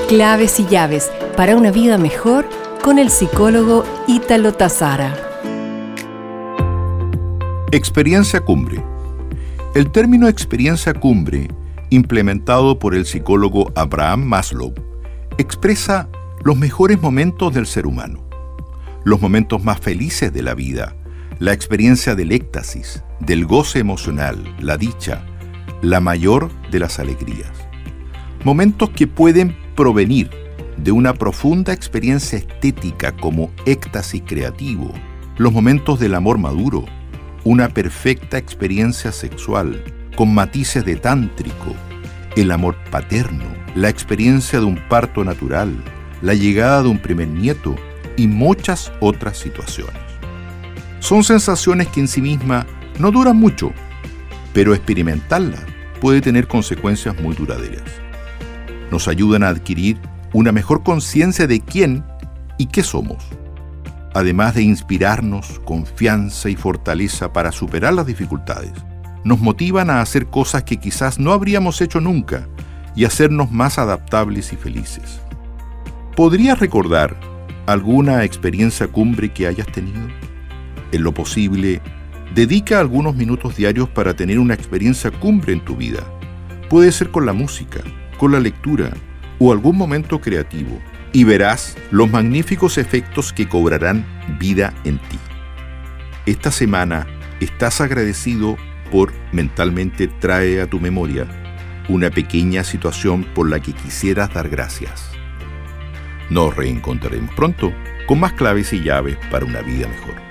Claves y llaves para una vida mejor con el psicólogo Ítalo Tazara. Experiencia cumbre. El término experiencia cumbre, implementado por el psicólogo Abraham Maslow, expresa los mejores momentos del ser humano, los momentos más felices de la vida, la experiencia del éxtasis, del goce emocional, la dicha, la mayor de las alegrías. Momentos que pueden provenir de una profunda experiencia estética como éxtasis creativo, los momentos del amor maduro, una perfecta experiencia sexual con matices de tántrico, el amor paterno, la experiencia de un parto natural, la llegada de un primer nieto y muchas otras situaciones. Son sensaciones que en sí mismas no duran mucho, pero experimentarlas puede tener consecuencias muy duraderas. Nos ayudan a adquirir una mejor conciencia de quién y qué somos, además de inspirarnos confianza y fortaleza para superar las dificultades. Nos motivan a hacer cosas que quizás no habríamos hecho nunca y hacernos más adaptables y felices. ¿Podrías recordar alguna experiencia cumbre que hayas tenido? En lo posible, dedica algunos minutos diarios para tener una experiencia cumbre en tu vida. Puede ser con la música, con la lectura o algún momento creativo, y verás los magníficos efectos que cobrarán vida en ti. Esta semana estás agradecido por mentalmente trae a tu memoria una pequeña situación por la que quisieras dar gracias. Nos reencontraremos pronto con más claves y llaves para una vida mejor.